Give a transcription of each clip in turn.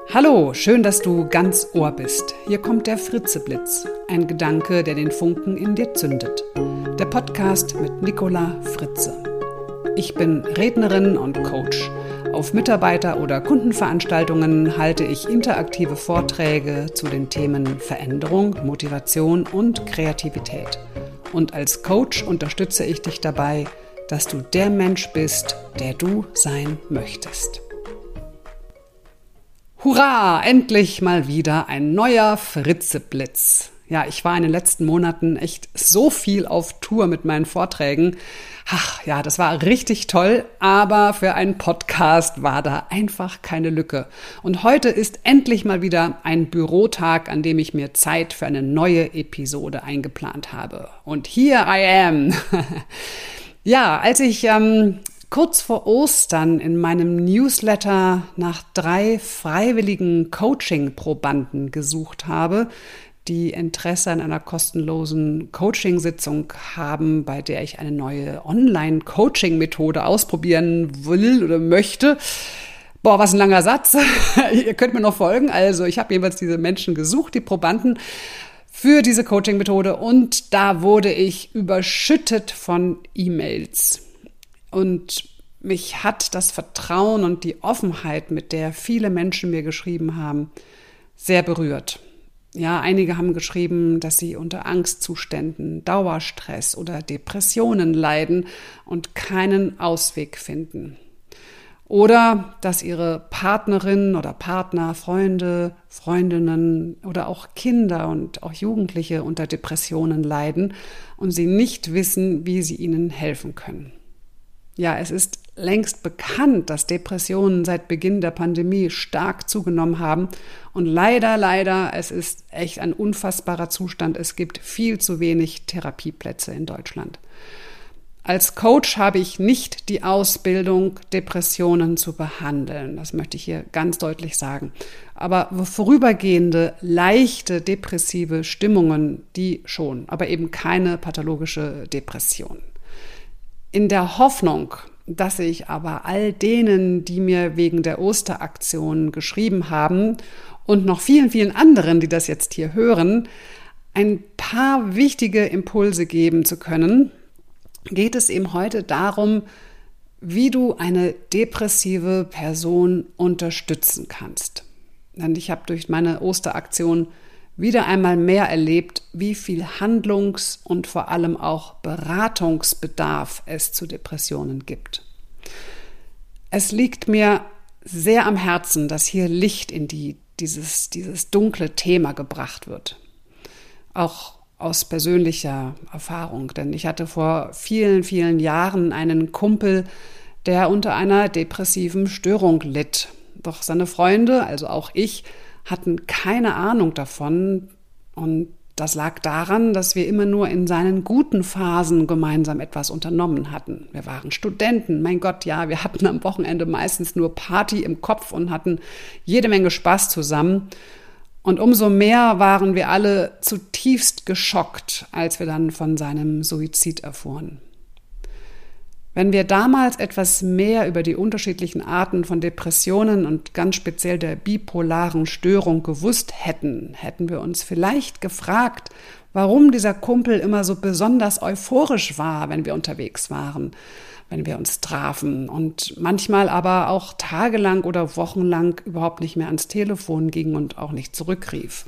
Hallo, schön, dass du ganz Ohr bist. Hier kommt der Fritzeblitz, ein Gedanke, der den Funken in dir zündet. Der Podcast mit Nicola Fritze. Ich bin Rednerin und Coach. Auf Mitarbeiter- oder Kundenveranstaltungen halte ich interaktive Vorträge zu den Themen Veränderung, Motivation und Kreativität. Und als Coach unterstütze ich dich dabei, dass du der Mensch bist, der du sein möchtest. Hurra! Endlich mal wieder ein neuer Fritzeblitz. Ja, ich war in den letzten Monaten echt so viel auf Tour mit meinen Vorträgen. Ach ja, das war richtig toll, aber für einen Podcast war da einfach keine Lücke. Und heute ist endlich mal wieder ein Bürotag, an dem ich mir Zeit für eine neue Episode eingeplant habe. Und here I am. Ja, als ich kurz vor Ostern in meinem Newsletter nach 3 freiwilligen Coaching-Probanden gesucht habe, die Interesse an einer kostenlosen Coaching-Sitzung haben, bei der ich eine neue Online-Coaching-Methode ausprobieren will oder möchte. Boah, was ein langer Satz. Ihr könnt mir noch folgen. Also ich habe jeweils diese Menschen gesucht, die Probanden, für diese Coaching-Methode, und da wurde ich überschüttet von E-Mails. Und mich hat das Vertrauen und die Offenheit, mit der viele Menschen mir geschrieben haben, sehr berührt. Ja, einige haben geschrieben, dass sie unter Angstzuständen, Dauerstress oder Depressionen leiden und keinen Ausweg finden. Oder dass ihre Partnerin oder Partner, Freunde, Freundinnen oder auch Kinder und auch Jugendliche unter Depressionen leiden und sie nicht wissen, wie sie ihnen helfen können. Ja, es ist längst bekannt, dass Depressionen seit Beginn der Pandemie stark zugenommen haben. Und leider, es ist echt ein unfassbarer Zustand. Es gibt viel zu wenig Therapieplätze in Deutschland. Als Coach habe ich nicht die Ausbildung, Depressionen zu behandeln. Das möchte ich hier ganz deutlich sagen. Aber vorübergehende, leichte depressive Stimmungen, die schon, aber eben keine pathologische Depression. In der Hoffnung, dass ich aber all denen, die mir wegen der Osteraktion geschrieben haben und noch vielen, vielen anderen, die das jetzt hier hören, ein paar wichtige Impulse geben zu können, geht es eben heute darum, wie du eine depressive Person unterstützen kannst. Denn ich habe durch meine Osteraktion wieder einmal mehr erlebt, wie viel Handlungs- und vor allem auch Beratungsbedarf es zu Depressionen gibt. Es liegt mir sehr am Herzen, dass hier Licht in dieses dunkle Thema gebracht wird. Auch aus persönlicher Erfahrung, denn ich hatte vor vielen, vielen Jahren einen Kumpel, der unter einer depressiven Störung litt. Doch seine Freunde, also auch ich, hatten keine Ahnung davon, und das lag daran, dass wir immer nur in seinen guten Phasen gemeinsam etwas unternommen hatten. Wir waren Studenten, mein Gott, ja, wir hatten am Wochenende meistens nur Party im Kopf und hatten jede Menge Spaß zusammen. Und umso mehr waren wir alle zutiefst geschockt, als wir dann von seinem Suizid erfuhren. Wenn wir damals etwas mehr über die unterschiedlichen Arten von Depressionen und ganz speziell der bipolaren Störung gewusst hätten, hätten wir uns vielleicht gefragt, warum dieser Kumpel immer so besonders euphorisch war, wenn wir unterwegs waren, wenn wir uns trafen, und manchmal aber auch tagelang oder wochenlang überhaupt nicht mehr ans Telefon ging und auch nicht zurückrief.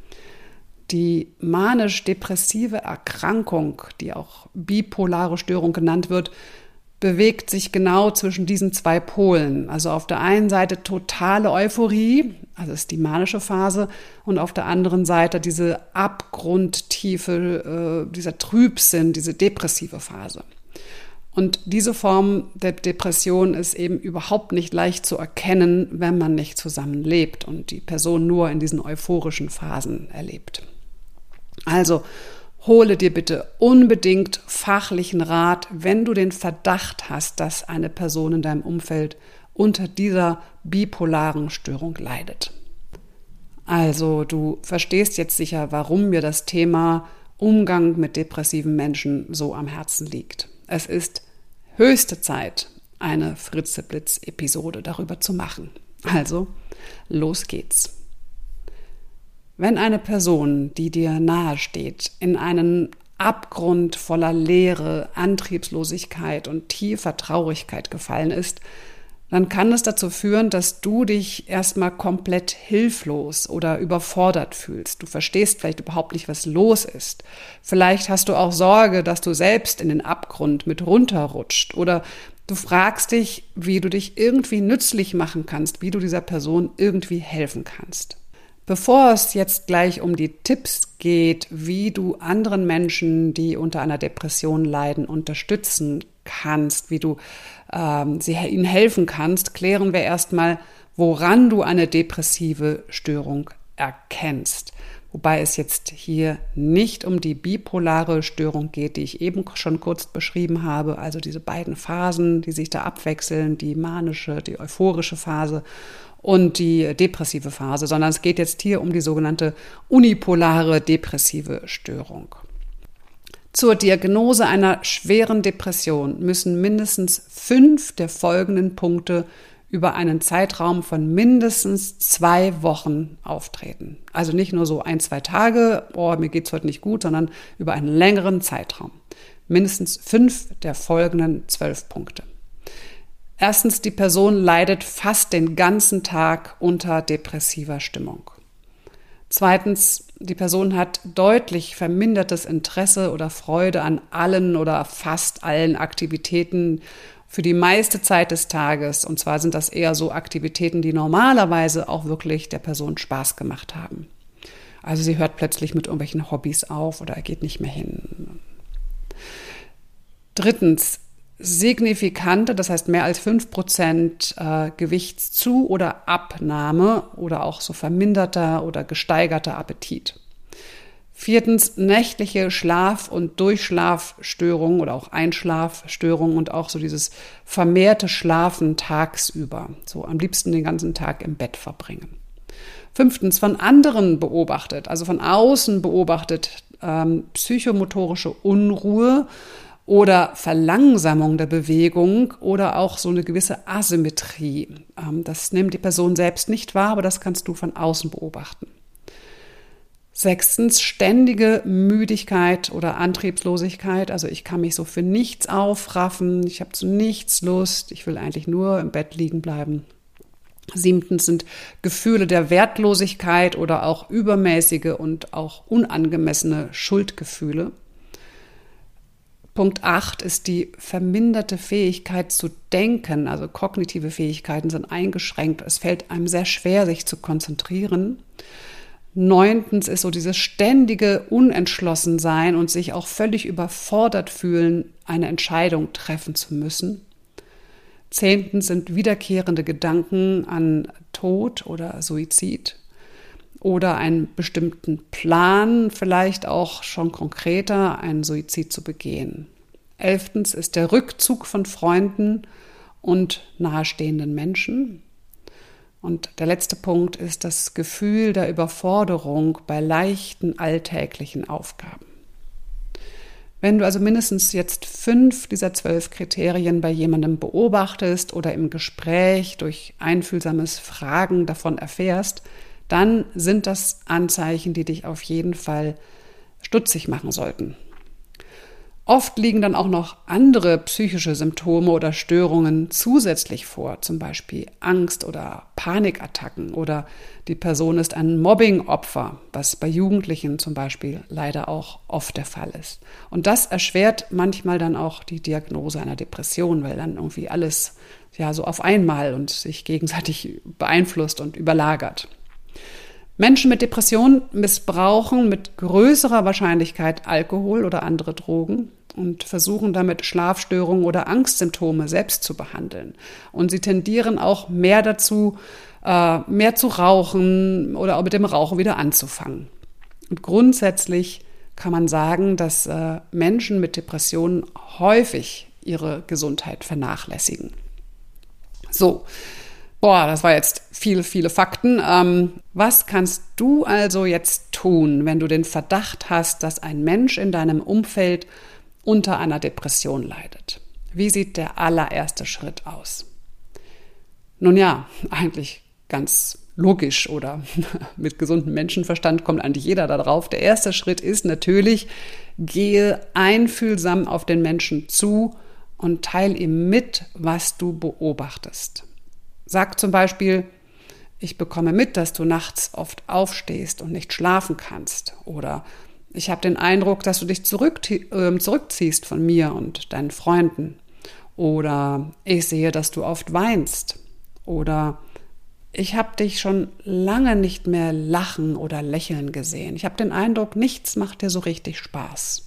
Die manisch-depressive Erkrankung, die auch bipolare Störung genannt wird, bewegt sich genau zwischen diesen 2 Polen. Also auf der einen Seite totale Euphorie, also ist die manische Phase, und auf der anderen Seite diese abgrundtiefe, dieser Trübsinn, diese depressive Phase. Und diese Form der Depression ist eben überhaupt nicht leicht zu erkennen, wenn man nicht zusammen lebt und die Person nur in diesen euphorischen Phasen erlebt. Also hole dir bitte unbedingt fachlichen Rat, wenn du den Verdacht hast, dass eine Person in deinem Umfeld unter dieser bipolaren Störung leidet. Also du verstehst jetzt sicher, warum mir das Thema Umgang mit depressiven Menschen so am Herzen liegt. Es ist höchste Zeit, eine Fritzeblitz-Episode darüber zu machen. Also Los geht's. Wenn eine Person, die dir nahe steht, in einen Abgrund voller Leere, Antriebslosigkeit und tiefer Traurigkeit gefallen ist, dann kann es dazu führen, dass du dich erstmal komplett hilflos oder überfordert fühlst. Du verstehst vielleicht überhaupt nicht, was los ist. Vielleicht hast du auch Sorge, dass du selbst in den Abgrund mit runterrutscht. Oder du fragst dich, wie du dich irgendwie nützlich machen kannst, wie du dieser Person irgendwie helfen kannst. Bevor es jetzt gleich um die Tipps geht, wie du anderen Menschen, die unter einer Depression leiden, unterstützen kannst, wie du ihnen helfen kannst, klären wir erstmal, woran du eine depressive Störung erkennst. Wobei es jetzt hier nicht um die bipolare Störung geht, die ich eben schon kurz beschrieben habe, also diese beiden Phasen, die sich da abwechseln, die manische, die euphorische Phase und die depressive Phase, sondern es geht jetzt hier um die sogenannte unipolare depressive Störung. Zur Diagnose einer schweren Depression müssen mindestens 5 der folgenden Punkte über einen Zeitraum von mindestens 2 Wochen auftreten. Also nicht nur so 1-2 Tage, mir geht's heute nicht gut, sondern über einen längeren Zeitraum. Mindestens 5 der folgenden 12 Punkte. Erstens, die Person leidet fast den ganzen Tag unter depressiver Stimmung. Zweitens, die Person hat deutlich vermindertes Interesse oder Freude an allen oder fast allen Aktivitäten für die meiste Zeit des Tages. Und zwar sind das eher so Aktivitäten, die normalerweise auch wirklich der Person Spaß gemacht haben. Also sie hört plötzlich mit irgendwelchen Hobbys auf oder geht nicht mehr hin. Drittens, signifikante, das heißt mehr als 5% Gewichtszu- oder Abnahme oder auch so verminderter oder gesteigerter Appetit. Viertens, nächtliche Schlaf- und Durchschlafstörungen oder auch Einschlafstörungen und auch so dieses vermehrte Schlafen tagsüber, so am liebsten den ganzen Tag im Bett verbringen. Fünftens, von anderen beobachtet, also von außen beobachtet, psychomotorische Unruhe oder Verlangsamung der Bewegung oder auch so eine gewisse Asymmetrie. Das nimmt die Person selbst nicht wahr, aber das kannst du von außen beobachten. Sechstens, ständige Müdigkeit oder Antriebslosigkeit. Also ich kann mich so für nichts aufraffen, ich habe zu nichts Lust, ich will eigentlich nur im Bett liegen bleiben. Siebtens sind Gefühle der Wertlosigkeit oder auch übermäßige und auch unangemessene Schuldgefühle. Punkt 8 ist die verminderte Fähigkeit zu denken, also kognitive Fähigkeiten sind eingeschränkt. Es fällt einem sehr schwer, sich zu konzentrieren. 9. ist so dieses ständige Unentschlossensein und sich auch völlig überfordert fühlen, eine Entscheidung treffen zu müssen. 10. sind wiederkehrende Gedanken an Tod oder Suizid oder einen bestimmten Plan, vielleicht auch schon konkreter, einen Suizid zu begehen. 11. ist der Rückzug von Freunden und nahestehenden Menschen. Und der letzte Punkt ist das Gefühl der Überforderung bei leichten alltäglichen Aufgaben. Wenn du also mindestens jetzt 5 dieser 12 Kriterien bei jemandem beobachtest oder im Gespräch durch einfühlsames Fragen davon erfährst, dann sind das Anzeichen, die dich auf jeden Fall stutzig machen sollten. Oft liegen dann auch noch andere psychische Symptome oder Störungen zusätzlich vor, zum Beispiel Angst- oder Panikattacken oder die Person ist ein Mobbing-Opfer, was bei Jugendlichen zum Beispiel leider auch oft der Fall ist. Und das erschwert manchmal dann auch die Diagnose einer Depression, weil dann irgendwie alles ja so auf einmal und sich gegenseitig beeinflusst und überlagert. Menschen mit Depressionen missbrauchen mit größerer Wahrscheinlichkeit Alkohol oder andere Drogen und versuchen damit Schlafstörungen oder Angstsymptome selbst zu behandeln. Und sie tendieren auch mehr dazu, mehr zu rauchen oder auch mit dem Rauchen wieder anzufangen. Und grundsätzlich kann man sagen, dass Menschen mit Depressionen häufig ihre Gesundheit vernachlässigen. So. Das war jetzt viele Fakten. Was kannst du also jetzt tun, wenn du den Verdacht hast, dass ein Mensch in deinem Umfeld unter einer Depression leidet? Wie sieht der allererste Schritt aus? Nun ja, eigentlich ganz logisch oder mit gesundem Menschenverstand kommt eigentlich jeder da drauf. Der erste Schritt ist natürlich, gehe einfühlsam auf den Menschen zu und teile ihm mit, was du beobachtest. Sag zum Beispiel, ich bekomme mit, dass du nachts oft aufstehst und nicht schlafen kannst. Oder ich habe den Eindruck, dass du dich zurückziehst von mir und deinen Freunden. Oder ich sehe, dass du oft weinst. Oder ich habe dich schon lange nicht mehr lachen oder lächeln gesehen. Ich habe den Eindruck, nichts macht dir so richtig Spaß.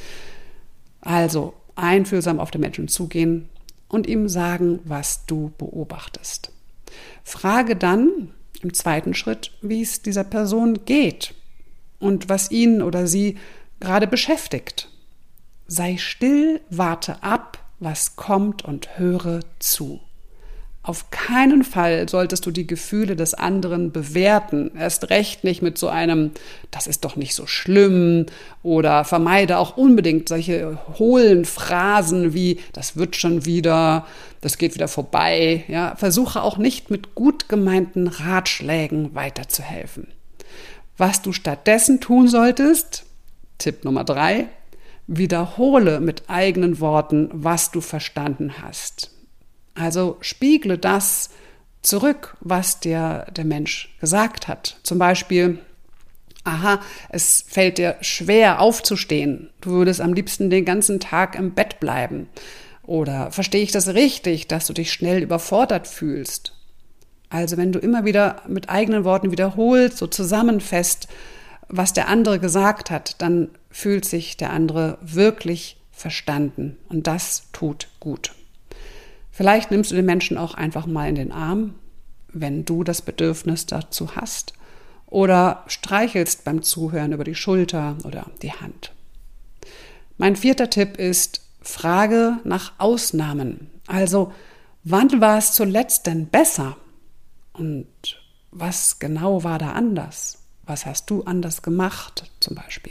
Also einfühlsam auf den Menschen zugehen und ihm sagen, was du beobachtest. Frage dann im zweiten Schritt, wie es dieser Person geht und was ihn oder sie gerade beschäftigt. Sei still, warte ab, was kommt und höre zu. Auf keinen Fall solltest du die Gefühle des anderen bewerten, erst recht nicht mit so einem, das ist doch nicht so schlimm, oder vermeide auch unbedingt solche hohlen Phrasen wie, das wird schon wieder, das geht wieder vorbei. Ja, versuche auch nicht mit gut gemeinten Ratschlägen weiterzuhelfen. Was du stattdessen tun solltest, Tipp Nummer 3, wiederhole mit eigenen Worten, was du verstanden hast. Also spiegle das zurück, was dir der Mensch gesagt hat. Zum Beispiel, aha, es fällt dir schwer aufzustehen. Du würdest am liebsten den ganzen Tag im Bett bleiben. Oder verstehe ich das richtig, dass du dich schnell überfordert fühlst? Also wenn du immer wieder mit eigenen Worten wiederholst, so zusammenfasst, was der andere gesagt hat, dann fühlt sich der andere wirklich verstanden. Und das tut gut. Vielleicht nimmst du den Menschen auch einfach mal in den Arm, wenn du das Bedürfnis dazu hast, oder streichelst beim Zuhören über die Schulter oder die Hand. Mein 4. Tipp ist, frage nach Ausnahmen. Also, wann war es zuletzt denn besser? Und was genau war da anders? Was hast du anders gemacht, zum Beispiel?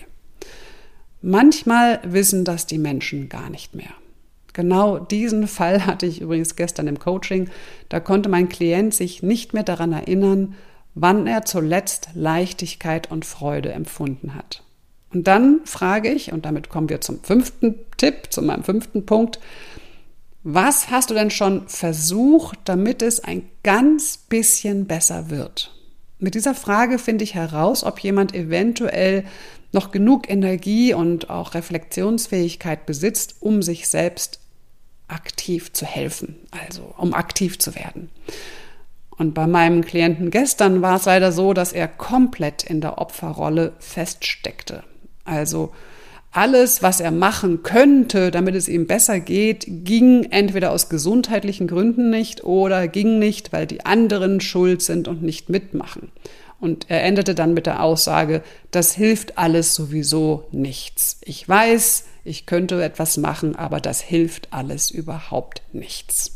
Manchmal wissen das die Menschen gar nicht mehr. Genau diesen Fall hatte ich übrigens gestern im Coaching. Da konnte mein Klient sich nicht mehr daran erinnern, wann er zuletzt Leichtigkeit und Freude empfunden hat. Und dann frage ich, und damit kommen wir zum 5. Tipp, zu meinem 5. Punkt, was hast du denn schon versucht, damit es ein ganz bisschen besser wird? Mit dieser Frage finde ich heraus, ob jemand eventuell noch genug Energie und auch Reflexionsfähigkeit besitzt, um sich selbst aktiv zu helfen, also um aktiv zu werden. Und bei meinem Klienten gestern war es leider so, dass er komplett in der Opferrolle feststeckte. Also alles, was er machen könnte, damit es ihm besser geht, ging entweder aus gesundheitlichen Gründen nicht oder ging nicht, weil die anderen schuld sind und nicht mitmachen. Und er endete dann mit der Aussage, das hilft alles sowieso nichts. Ich weiß, ich könnte etwas machen, aber das hilft alles überhaupt nichts.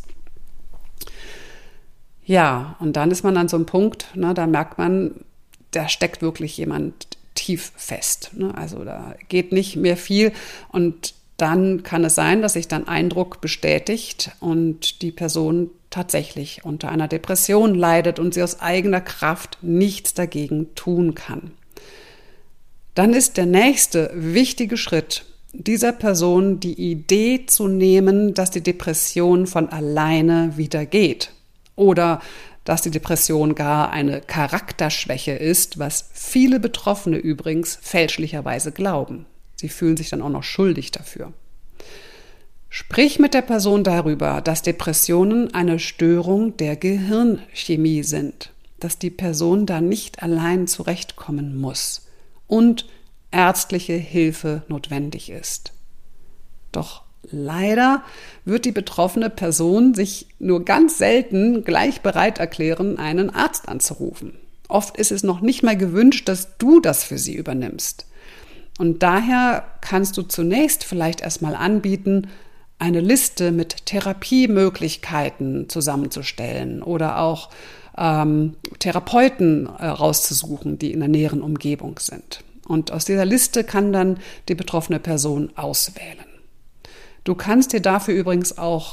Ja, und dann ist man an so einem Punkt, da merkt man, da steckt wirklich jemand tief fest. Also da geht nicht mehr viel und dann kann es sein, dass sich dann Eindruck bestätigt und die Person tatsächlich unter einer Depression leidet und sie aus eigener Kraft nichts dagegen tun kann. Dann ist der nächste wichtige Schritt, dieser Person die Idee zu nehmen, dass die Depression von alleine wieder geht oder dass die Depression gar eine Charakterschwäche ist, was viele Betroffene übrigens fälschlicherweise glauben. Sie fühlen sich dann auch noch schuldig dafür. Sprich mit der Person darüber, dass Depressionen eine Störung der Gehirnchemie sind, dass die Person da nicht allein zurechtkommen muss und ärztliche Hilfe notwendig ist. Doch leider wird die betroffene Person sich nur ganz selten gleich bereit erklären, einen Arzt anzurufen. Oft ist es noch nicht mal gewünscht, dass du das für sie übernimmst. Und daher kannst du zunächst vielleicht erstmal anbieten, eine Liste mit Therapiemöglichkeiten zusammenzustellen oder auch Therapeuten rauszusuchen, die in der näheren Umgebung sind. Und aus dieser Liste kann dann die betroffene Person auswählen. Du kannst dir dafür übrigens auch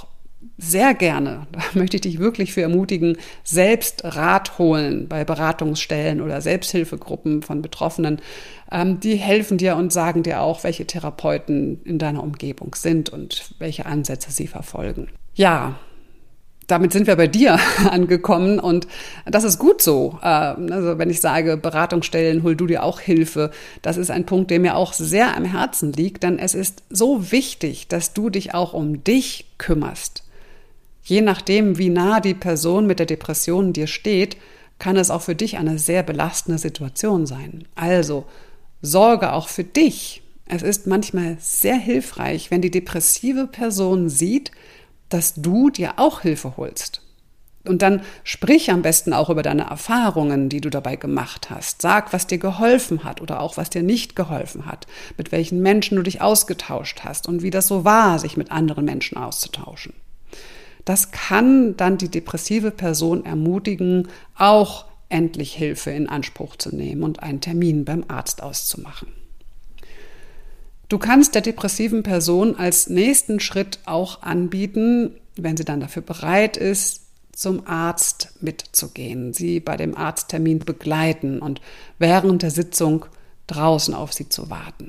sehr gerne, da möchte ich dich wirklich für ermutigen, selbst Rat holen bei Beratungsstellen oder Selbsthilfegruppen von Betroffenen. Die helfen dir und sagen dir auch, welche Therapeuten in deiner Umgebung sind und welche Ansätze sie verfolgen. Ja, damit sind wir bei dir angekommen und das ist gut so. Also wenn ich sage, Beratungsstellen, hol du dir auch Hilfe, das ist ein Punkt, der mir auch sehr am Herzen liegt, denn es ist so wichtig, dass du dich auch um dich kümmerst. Je nachdem, wie nah die Person mit der Depression dir steht, kann es auch für dich eine sehr belastende Situation sein. Also sorge auch für dich. Es ist manchmal sehr hilfreich, wenn die depressive Person sieht, dass du dir auch Hilfe holst. Und dann sprich am besten auch über deine Erfahrungen, die du dabei gemacht hast. Sag, was dir geholfen hat oder auch was dir nicht geholfen hat, mit welchen Menschen du dich ausgetauscht hast und wie das so war, sich mit anderen Menschen auszutauschen. Das kann dann die depressive Person ermutigen, auch endlich Hilfe in Anspruch zu nehmen und einen Termin beim Arzt auszumachen. Du kannst der depressiven Person als nächsten Schritt auch anbieten, wenn sie dann dafür bereit ist, zum Arzt mitzugehen, sie bei dem Arzttermin begleiten und während der Sitzung draußen auf sie zu warten.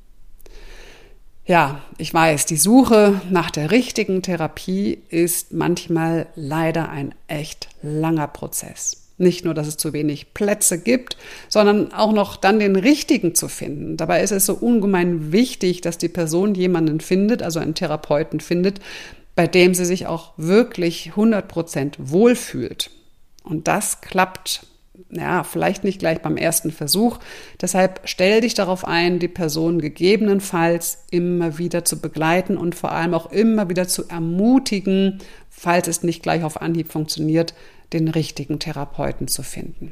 Ja, ich weiß, die Suche nach der richtigen Therapie ist manchmal leider ein echt langer Prozess. Nicht nur, dass es zu wenig Plätze gibt, sondern auch noch dann den richtigen zu finden. Dabei ist es so ungemein wichtig, dass die Person jemanden findet, also einen Therapeuten findet, bei dem sie sich auch wirklich 100% wohlfühlt. Und das klappt, ja, vielleicht nicht gleich beim ersten Versuch. Deshalb stell dich darauf ein, die Person gegebenenfalls immer wieder zu begleiten und vor allem auch immer wieder zu ermutigen, falls es nicht gleich auf Anhieb funktioniert, den richtigen Therapeuten zu finden.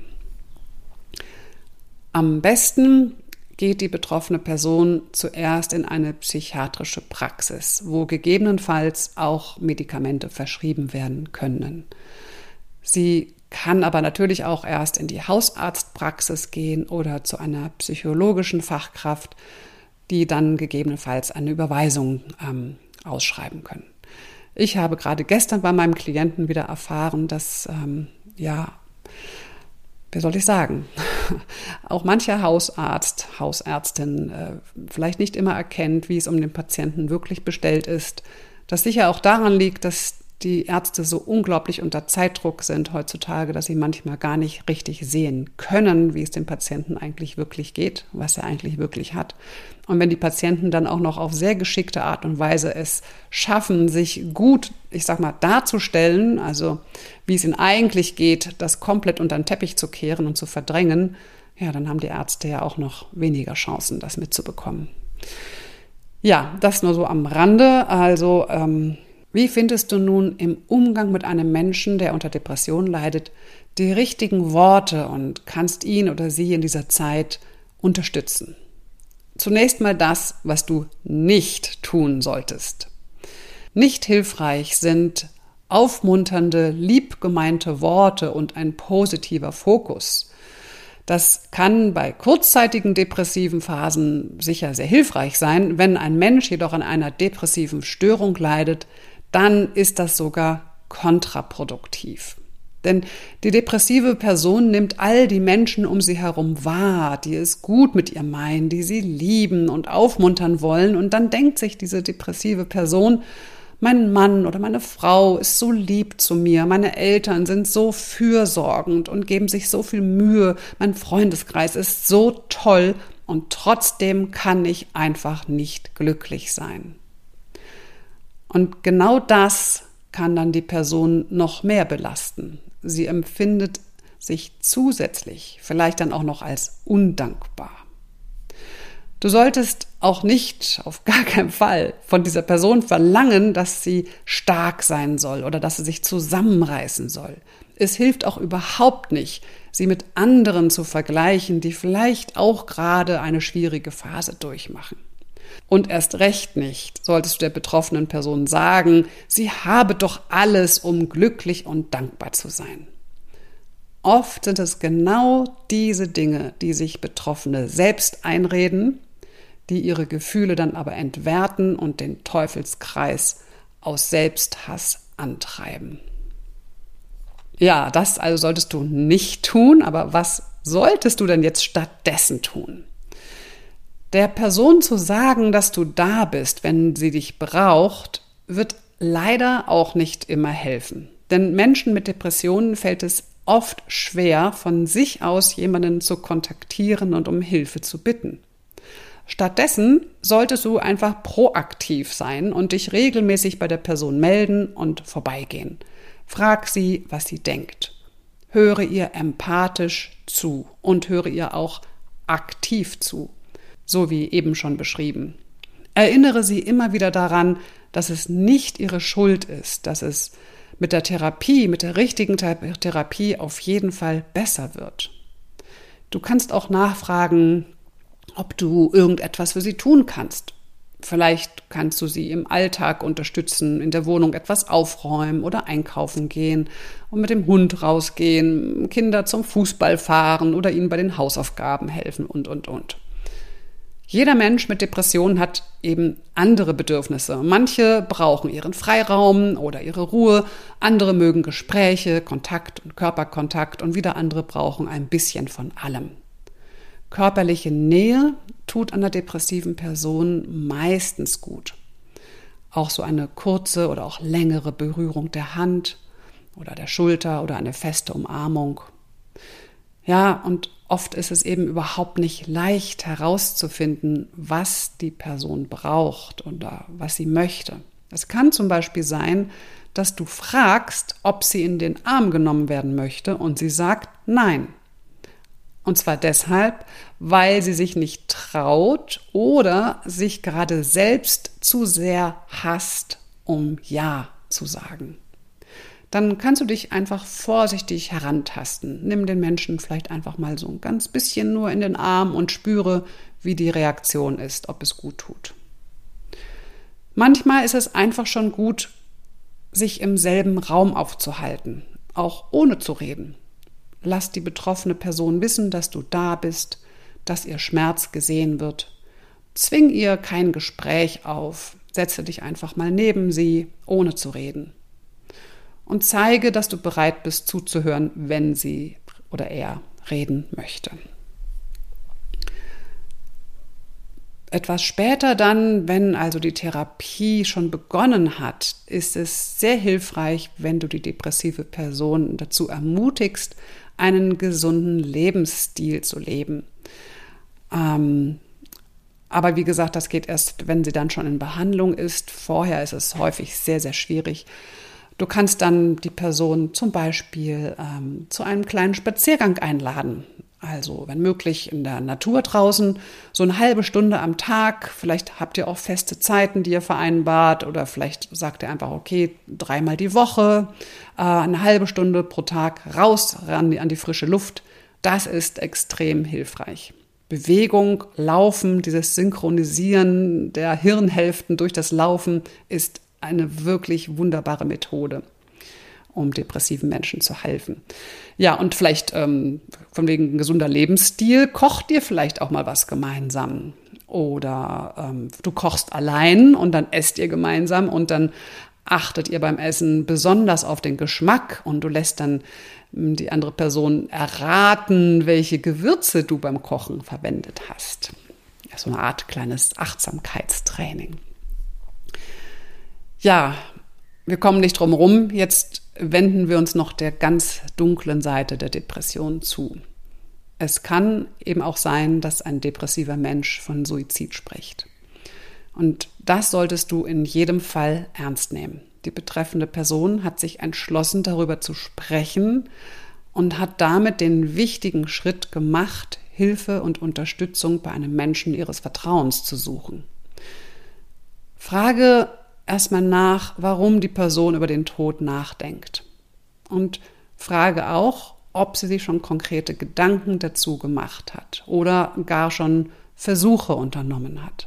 Am besten geht die betroffene Person zuerst in eine psychiatrische Praxis, wo gegebenenfalls auch Medikamente verschrieben werden können. Sie kann aber natürlich auch erst in die Hausarztpraxis gehen oder zu einer psychologischen Fachkraft, die dann gegebenenfalls eine Überweisung ausschreiben können. Ich habe gerade gestern bei meinem Klienten wieder erfahren, dass, wie soll ich sagen, auch mancher Hausarzt, Hausärztin vielleicht nicht immer erkennt, wie es um den Patienten wirklich bestellt ist. Das sicher auch daran liegt, dass die Ärzte so unglaublich unter Zeitdruck sind heutzutage, dass sie manchmal gar nicht richtig sehen können, wie es dem Patienten eigentlich wirklich geht, was er eigentlich wirklich hat. Und wenn die Patienten dann auch noch auf sehr geschickte Art und Weise es schaffen, sich gut, darzustellen, also wie es ihnen eigentlich geht, das komplett unter den Teppich zu kehren und zu verdrängen, ja, dann haben die Ärzte ja auch noch weniger Chancen, das mitzubekommen. Ja, das nur so am Rande. Also, wie findest du nun im Umgang mit einem Menschen, der unter Depression leidet, die richtigen Worte und kannst ihn oder sie in dieser Zeit unterstützen? Zunächst mal das, was du nicht tun solltest. Nicht hilfreich sind aufmunternde, liebgemeinte Worte und ein positiver Fokus. Das kann bei kurzzeitigen depressiven Phasen sicher sehr hilfreich sein. Wenn ein Mensch jedoch an einer depressiven Störung leidet, dann ist das sogar kontraproduktiv. Denn die depressive Person nimmt all die Menschen um sie herum wahr, die es gut mit ihr meinen, die sie lieben und aufmuntern wollen. Und dann denkt sich diese depressive Person, mein Mann oder meine Frau ist so lieb zu mir, meine Eltern sind so fürsorgend und geben sich so viel Mühe, mein Freundeskreis ist so toll und trotzdem kann ich einfach nicht glücklich sein. Und genau das kann dann die Person noch mehr belasten. Sie empfindet sich zusätzlich vielleicht dann auch noch als undankbar. Du solltest auch nicht, auf gar keinen Fall, von dieser Person verlangen, dass sie stark sein soll oder dass sie sich zusammenreißen soll. Es hilft auch überhaupt nicht, sie mit anderen zu vergleichen, die vielleicht auch gerade eine schwierige Phase durchmachen. Und erst recht nicht solltest du der betroffenen Person sagen, sie habe doch alles, um glücklich und dankbar zu sein. Oft sind es genau diese Dinge, die sich Betroffene selbst einreden, die ihre Gefühle dann aber entwerten und den Teufelskreis aus Selbsthass antreiben. Ja, das also solltest du nicht tun, aber was solltest du denn jetzt stattdessen tun? Der Person zu sagen, dass du da bist, wenn sie dich braucht, wird leider auch nicht immer helfen. Denn Menschen mit Depressionen fällt es oft schwer, von sich aus jemanden zu kontaktieren und um Hilfe zu bitten. Stattdessen solltest du einfach proaktiv sein und dich regelmäßig bei der Person melden und vorbeigehen. Frag sie, was sie denkt. Höre ihr empathisch zu und höre ihr auch aktiv zu, so wie eben schon beschrieben. Erinnere sie immer wieder daran, dass es nicht ihre Schuld ist, dass es mit der Therapie, mit der richtigen Therapie auf jeden Fall besser wird. Du kannst auch nachfragen, ob du irgendetwas für sie tun kannst. Vielleicht kannst du sie im Alltag unterstützen, in der Wohnung etwas aufräumen oder einkaufen gehen und mit dem Hund rausgehen, Kinder zum Fußball fahren oder ihnen bei den Hausaufgaben helfen und. Jeder Mensch mit Depressionen hat eben andere Bedürfnisse. Manche brauchen ihren Freiraum oder ihre Ruhe, andere mögen Gespräche, Kontakt und Körperkontakt und wieder andere brauchen ein bisschen von allem. Körperliche Nähe tut einer depressiven Person meistens gut. Auch so eine kurze oder auch längere Berührung der Hand oder der Schulter oder eine feste Umarmung. Ja, und oft ist es eben überhaupt nicht leicht herauszufinden, was die Person braucht oder was sie möchte. Es kann zum Beispiel sein, dass du fragst, ob sie in den Arm genommen werden möchte und sie sagt nein. Und zwar deshalb, weil sie sich nicht traut oder sich gerade selbst zu sehr hasst, um Ja zu sagen. Dann kannst du dich einfach vorsichtig herantasten. Nimm den Menschen vielleicht einfach mal so ein ganz bisschen nur in den Arm und spüre, wie die Reaktion ist, ob es gut tut. Manchmal ist es einfach schon gut, sich im selben Raum aufzuhalten, auch ohne zu reden. Lass die betroffene Person wissen, dass du da bist, dass ihr Schmerz gesehen wird. Zwing ihr kein Gespräch auf. Setze dich einfach mal neben sie, ohne zu reden. Und zeige, dass du bereit bist zuzuhören, wenn sie oder er reden möchte. Etwas später dann, wenn also die Therapie schon begonnen hat, ist es sehr hilfreich, wenn du die depressive Person dazu ermutigst, einen gesunden Lebensstil zu leben. Aber wie gesagt, das geht erst, wenn sie dann schon in Behandlung ist. Vorher ist es häufig sehr, sehr schwierig. Du kannst dann die Person zum Beispiel zu einem kleinen Spaziergang einladen. Also wenn möglich in der Natur draußen, so eine halbe Stunde am Tag. Vielleicht habt ihr auch feste Zeiten, die ihr vereinbart, oder vielleicht sagt ihr einfach, okay, 3-mal die Woche, eine halbe Stunde pro Tag raus an die frische Luft. Das ist extrem hilfreich. Bewegung, Laufen, dieses Synchronisieren der Hirnhälften durch das Laufen ist eine wirklich wunderbare Methode, um depressiven Menschen zu helfen. Ja, und vielleicht von wegen gesunder Lebensstil, kocht ihr vielleicht auch mal was gemeinsam. Oder du kochst allein und dann esst ihr gemeinsam und dann achtet ihr beim Essen besonders auf den Geschmack und du lässt dann die andere Person erraten, welche Gewürze du beim Kochen verwendet hast. Ja, so eine Art kleines Achtsamkeitstraining. Ja, wir kommen nicht drum rum. Jetzt wenden wir uns noch der ganz dunklen Seite der Depression zu. Es kann eben auch sein, dass ein depressiver Mensch von Suizid spricht. Und das solltest du in jedem Fall ernst nehmen. Die betreffende Person hat sich entschlossen, darüber zu sprechen und hat damit den wichtigen Schritt gemacht, Hilfe und Unterstützung bei einem Menschen ihres Vertrauens zu suchen. Frage erstmal nach, warum die Person über den Tod nachdenkt. Und frage auch, ob sie sich schon konkrete Gedanken dazu gemacht hat oder gar schon Versuche unternommen hat.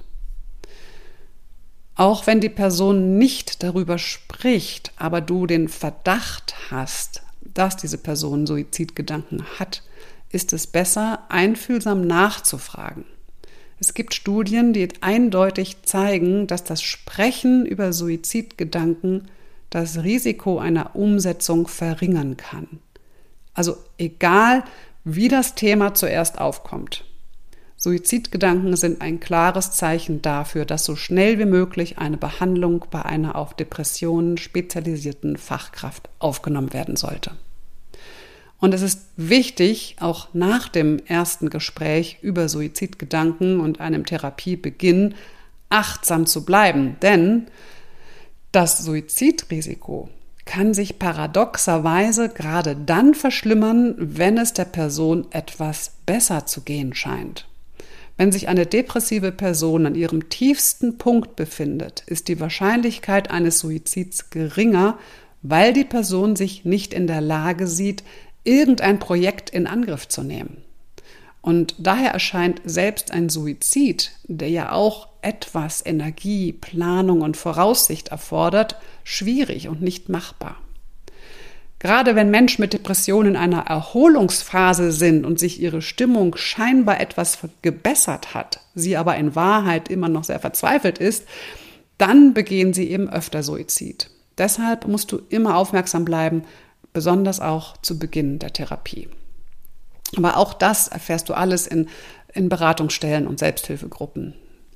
Auch wenn die Person nicht darüber spricht, aber du den Verdacht hast, dass diese Person Suizidgedanken hat, ist es besser, einfühlsam nachzufragen. Es gibt Studien, die eindeutig zeigen, dass das Sprechen über Suizidgedanken das Risiko einer Umsetzung verringern kann. Also egal, wie das Thema zuerst aufkommt. Suizidgedanken sind ein klares Zeichen dafür, dass so schnell wie möglich eine Behandlung bei einer auf Depressionen spezialisierten Fachkraft aufgenommen werden sollte. Und es ist wichtig, auch nach dem ersten Gespräch über Suizidgedanken und einem Therapiebeginn achtsam zu bleiben, denn das Suizidrisiko kann sich paradoxerweise gerade dann verschlimmern, wenn es der Person etwas besser zu gehen scheint. Wenn sich eine depressive Person an ihrem tiefsten Punkt befindet, ist die Wahrscheinlichkeit eines Suizids geringer, weil die Person sich nicht in der Lage sieht, irgendein Projekt in Angriff zu nehmen. Und daher erscheint selbst ein Suizid, der ja auch etwas Energie, Planung und Voraussicht erfordert, schwierig und nicht machbar. Gerade wenn Menschen mit Depressionen in einer Erholungsphase sind und sich ihre Stimmung scheinbar etwas gebessert hat, sie aber in Wahrheit immer noch sehr verzweifelt ist, dann begehen sie eben öfter Suizid. Deshalb musst du immer aufmerksam bleiben, besonders auch zu Beginn der Therapie. Aber auch das erfährst du alles in Beratungsstellen und Selbsthilfegruppen.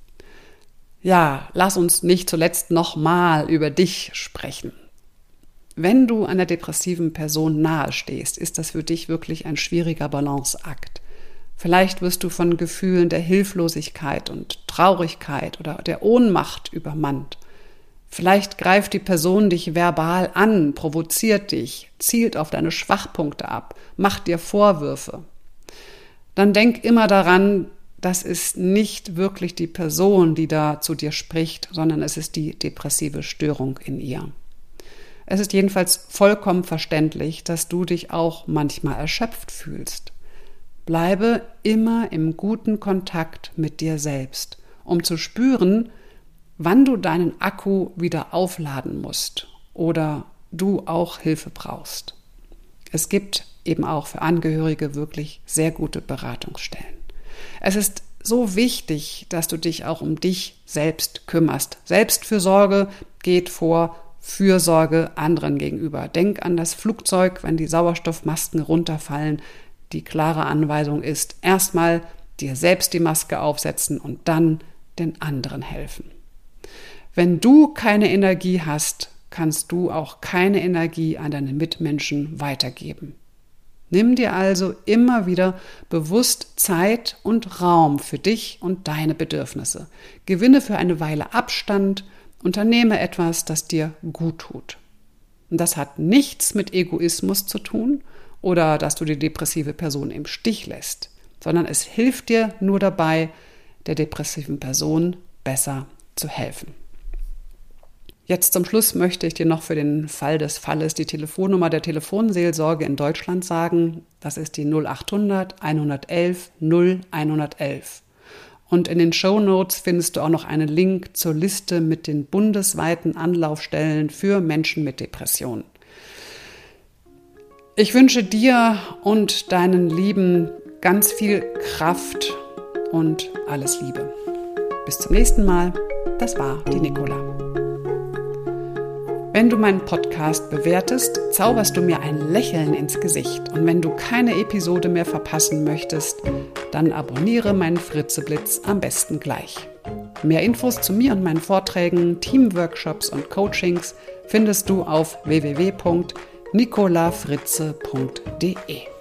Ja, lass uns nicht zuletzt nochmal über dich sprechen. Wenn du einer depressiven Person nahestehst, ist das für dich wirklich ein schwieriger Balanceakt. Vielleicht wirst du von Gefühlen der Hilflosigkeit und Traurigkeit oder der Ohnmacht übermannt. Vielleicht greift die Person dich verbal an, provoziert dich, zielt auf deine Schwachpunkte ab, macht dir Vorwürfe. Dann denk immer daran, das ist nicht wirklich die Person, die da zu dir spricht, sondern es ist die depressive Störung in ihr. Es ist jedenfalls vollkommen verständlich, dass du dich auch manchmal erschöpft fühlst. Bleibe immer im guten Kontakt mit dir selbst, um zu spüren, wann du deinen Akku wieder aufladen musst oder du auch Hilfe brauchst. Es gibt eben auch für Angehörige wirklich sehr gute Beratungsstellen. Es ist so wichtig, dass du dich auch um dich selbst kümmerst. Selbstfürsorge geht vor Fürsorge anderen gegenüber. Denk an das Flugzeug, wenn die Sauerstoffmasken runterfallen. Die klare Anweisung ist, erstmal dir selbst die Maske aufsetzen und dann den anderen helfen. Wenn du keine Energie hast, kannst du auch keine Energie an deine Mitmenschen weitergeben. Nimm dir also immer wieder bewusst Zeit und Raum für dich und deine Bedürfnisse. Gewinne für eine Weile Abstand, unternehme etwas, das dir gut tut. Und das hat nichts mit Egoismus zu tun oder dass du die depressive Person im Stich lässt, sondern es hilft dir nur dabei, der depressiven Person besser zu helfen. Jetzt zum Schluss möchte ich dir noch für den Fall des Falles die Telefonnummer der Telefonseelsorge in Deutschland sagen. Das ist die 0800 111 0111. Und in den Shownotes findest du auch noch einen Link zur Liste mit den bundesweiten Anlaufstellen für Menschen mit Depressionen. Ich wünsche dir und deinen Lieben ganz viel Kraft und alles Liebe. Bis zum nächsten Mal. Das war die Nicola. Wenn du meinen Podcast bewertest, zauberst du mir ein Lächeln ins Gesicht. Und wenn du keine Episode mehr verpassen möchtest, dann abonniere meinen Fritzeblitz am besten gleich. Mehr Infos zu mir und meinen Vorträgen, Teamworkshops und Coachings findest du auf www.nicolafritze.de.